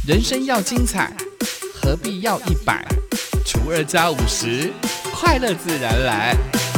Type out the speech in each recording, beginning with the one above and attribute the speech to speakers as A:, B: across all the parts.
A: 人生要精彩，何必要100除2加50，快乐自然来。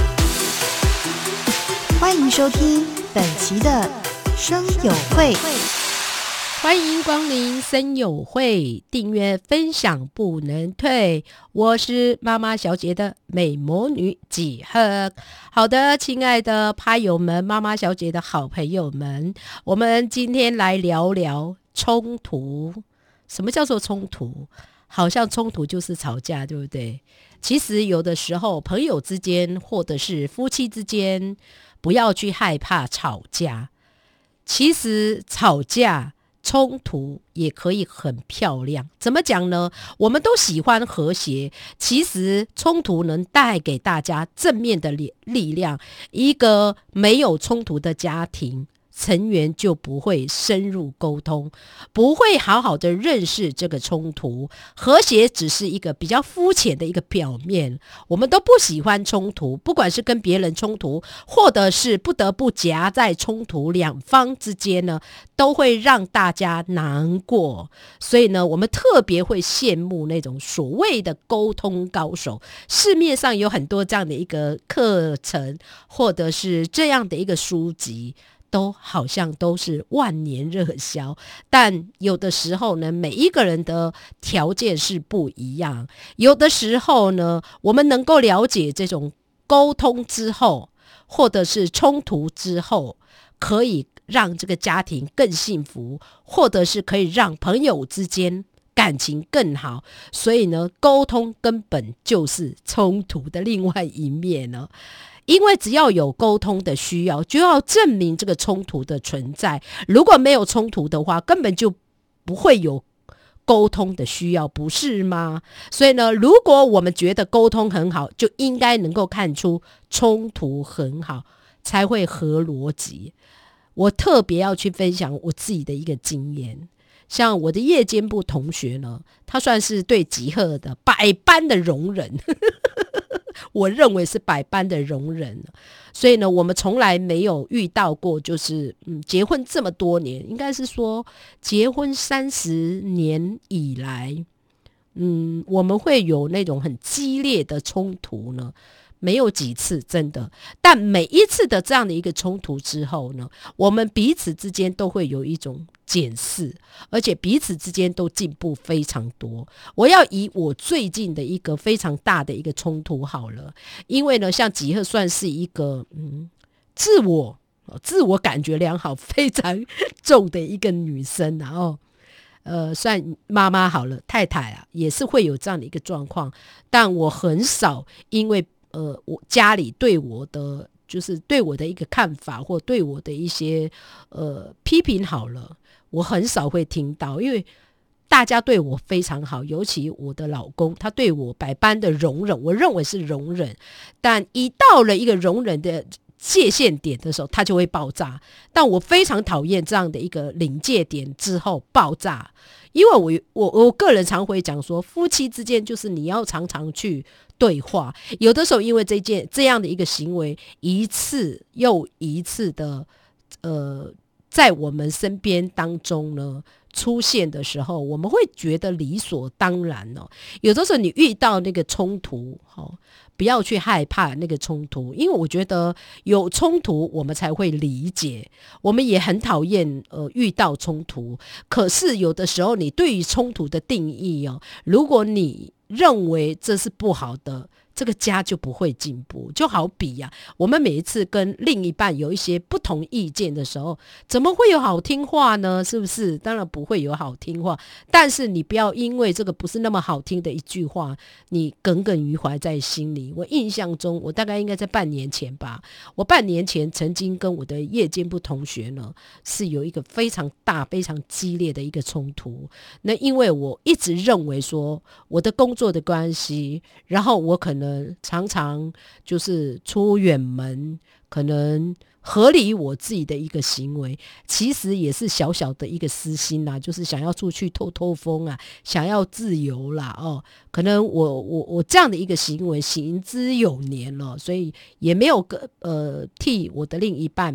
B: 欢迎收听本期的声友会，
C: 欢迎光临声友会，订阅分享不能退。我是妈妈小姐的美魔女几何。好的，亲爱的趴友们，妈妈小姐的好朋友们，我们今天来聊聊冲突。什么叫做冲突？好像冲突就是吵架，对不对？其实有的时候朋友之间或者是夫妻之间，不要去害怕吵架。其实吵架冲突也可以很漂亮。怎么讲呢？我们都喜欢和谐，其实冲突能带给大家正面的力量。一个没有冲突的家庭，成员就不会深入沟通，不会好好的认识这个冲突。和谐只是一个比较肤浅的一个表面，我们都不喜欢冲突，不管是跟别人冲突，或者是不得不夹在冲突两方之间呢，都会让大家难过。所以呢，我们特别会羡慕那种所谓的沟通高手。市面上有很多这样的一个课程，或者是这样的一个书籍，都好像都是万年热销，但有的时候呢，每一个人的条件是不一样。有的时候呢，我们能够了解这种沟通之后，或者是冲突之后，可以让这个家庭更幸福，或者是可以让朋友之间感情更好。所以呢，沟通根本就是冲突的另外一面呢。因为只要有沟通的需要，就要证明这个冲突的存在。如果没有冲突的话，根本就不会有沟通的需要，不是吗？所以呢，如果我们觉得沟通很好，就应该能够看出冲突很好，才会合逻辑。我特别要去分享我自己的一个经验。像我的夜间部同学呢，他算是对吉赫的百般的容忍我认为是百般的容忍。所以呢，我们从来没有遇到过就是结婚这么多年，应该是说结婚30年以来，我们会有那种很激烈的冲突呢，没有几次，真的。但每一次的这样的一个冲突之后呢，我们彼此之间都会有一种检视，而且彼此之间都进步非常多。我要以我最近的一个非常大的一个冲突好了，因为呢，像吉赫算是一个自我感觉良好非常重的一个女生，然后算妈妈好了，太太啊也是会有这样的一个状况，但我很少因为我家里对我的就是对我的一个看法，或对我的一些批评好了，我很少会听到，因为大家对我非常好，尤其我的老公，他对我百般的容忍，我认为是容忍，但一到了一个容忍的界限点的时候，他就会爆炸。但我非常讨厌这样的一个临界点之后爆炸，因为我个人常会讲说，夫妻之间就是你要常常去对话。有的时候因为这样的一个行为，一次又一次的在我们身边当中呢出现的时候，我们会觉得理所当然哦。有的时候你遇到那个冲突，不要去害怕那个冲突，因为我觉得有冲突我们才会理解。我们也很讨厌遇到冲突，可是有的时候你对于冲突的定义哦，如果你认为这是不好的，这个家就不会进步。就好比我们每一次跟另一半有一些不同意见的时候，怎么会有好听话呢？是不是？当然不会有好听话，但是你不要因为这个不是那么好听的一句话，你耿耿于怀在心里。我印象中，我大概应该在半年前吧，我半年前曾经跟我的夜间部同学呢，是有一个非常大非常激烈的一个冲突。那因为我一直认为说我的工作的关系，然后我可能常常就是出远门，可能合理我自己的一个行为，其实也是小小的一个私心啦，就是想要出去透透风啊，想要自由啦可能我这样的一个行为行之有年了，所以也没有替我的另一半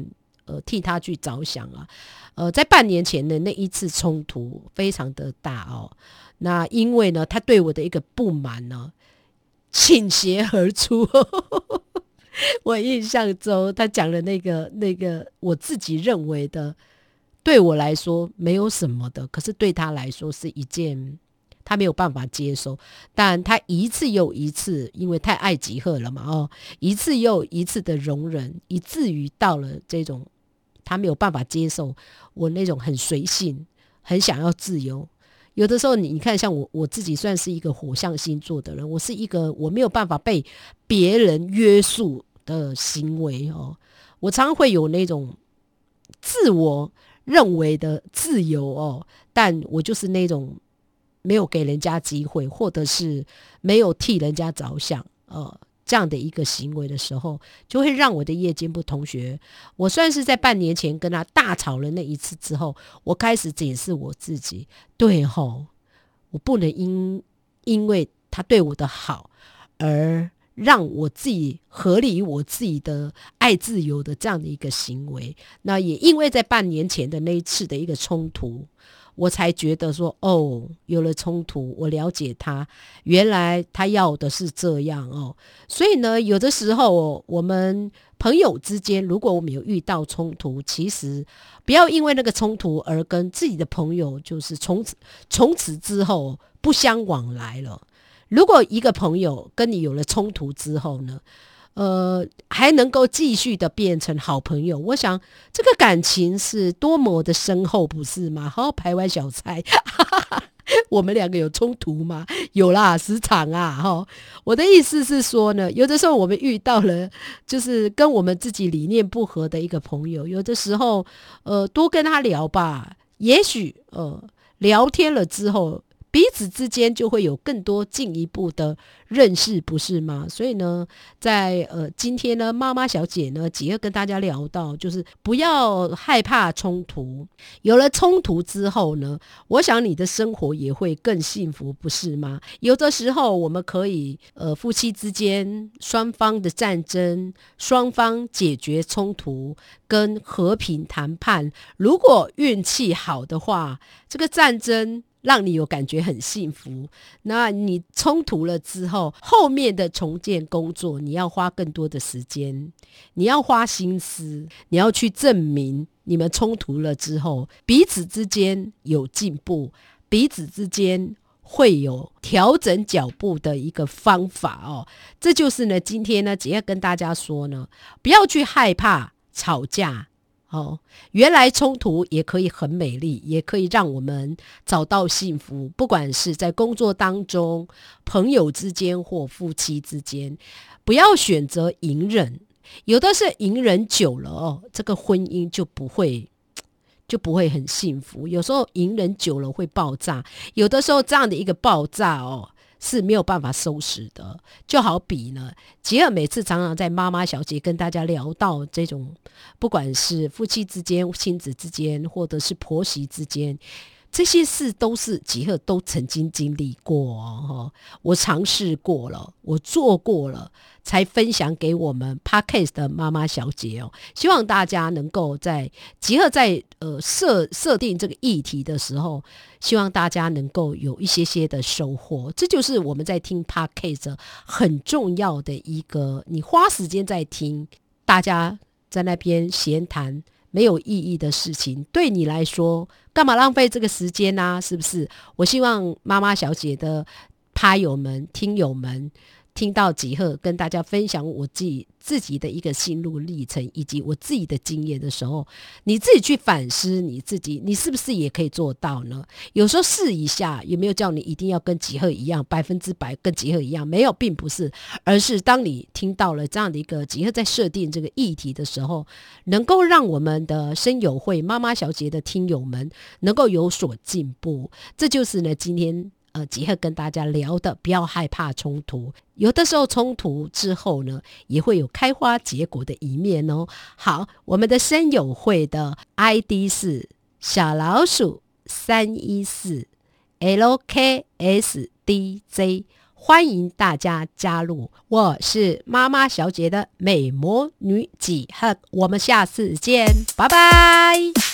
C: 替他去着想啊。在半年前的那一次冲突非常的大哦，那因为呢他对我的一个不满呢倾泻而出我印象中他讲了那个我自己认为的对我来说没有什么的，可是对他来说是一件他没有办法接受，但他一次又一次，因为太爱吉赫了嘛一次又一次的容忍，以至于到了这种他没有办法接受我那种很随性很想要自由。有的时候你看像我自己算是一个火象星座的人，我是一个我没有办法被别人约束的行为我常常会有那种自我认为的自由但我就是那种没有给人家机会，或者是没有替人家着想这样的一个行为的时候，就会让我的夜间部同学，我算是在半年前跟他大吵了那一次之后，我开始检视我自己，对我不能因为他对我的好而让我自己合理我自己的爱自由的这样的一个行为。那也因为在半年前的那一次的一个冲突，我才觉得说有了冲突，我了解他，原来他要的是这样所以呢有的时候我们朋友之间如果我们有遇到冲突，其实不要因为那个冲突而跟自己的朋友就是从此之后不相往来了。如果一个朋友跟你有了冲突之后呢还能够继续的变成好朋友，我想这个感情是多么的深厚，不是吗？好，排湾小菜我们两个有冲突吗？有啦，时常我的意思是说呢，有的时候我们遇到了就是跟我们自己理念不合的一个朋友，有的时候多跟他聊吧，也许聊天了之后彼此之间就会有更多进一步的认识，不是吗？所以呢在今天呢妈妈小姐呢也要跟大家聊到，就是不要害怕冲突，有了冲突之后呢，我想你的生活也会更幸福，不是吗？有的时候我们可以夫妻之间双方的战争，双方解决冲突跟和平谈判，如果运气好的话，这个战争让你有感觉很幸福，那你冲突了之后，后面的重建工作你要花更多的时间，你要花心思，你要去证明你们冲突了之后彼此之间有进步，彼此之间会有调整脚步的一个方法这就是呢今天呢只要跟大家说呢，不要去害怕吵架原来冲突也可以很美丽，也可以让我们找到幸福，不管是在工作当中，朋友之间或夫妻之间，不要选择隐忍，有的是隐忍久了这个婚姻就不会很幸福，有时候隐忍久了会爆炸，有的时候这样的一个爆炸是没有办法收拾的。就好比呢吉尔每次常常在妈妈小姐跟大家聊到这种不管是夫妻之间、亲子之间或者是婆媳之间，这些事都是吉尔都曾经经历过我尝试过了，我做过了，才分享给我们 Podcast 的妈妈小姐希望大家能够在吉尔在设定这个议题的时候，希望大家能够有一些的收获。这就是我们在听 Podcast 很重要的一个，你花时间在听，大家在那边闲谈没有意义的事情，对你来说干嘛浪费这个时间啊？是不是？我希望妈妈小姐的趴友们、听友们听到吉赫跟大家分享我自己的一个心路历程以及我自己的经验的时候，你自己去反思你自己，你是不是也可以做到呢？有时候试一下，有没有叫你一定要跟吉赫一样100%跟吉赫一样？没有，并不是，而是当你听到了这样的一个吉赫在设定这个议题的时候，能够让我们的声友会妈妈小姐的听友们能够有所进步。这就是呢今天吉赫跟大家聊的，不要害怕冲突，有的时候冲突之后呢也会有开花结果的一面好，我们的声友会的 ID 是小老鼠314 LKSDJ， 欢迎大家加入。我是妈妈小姐的美魔女几何，我们下次见，拜拜。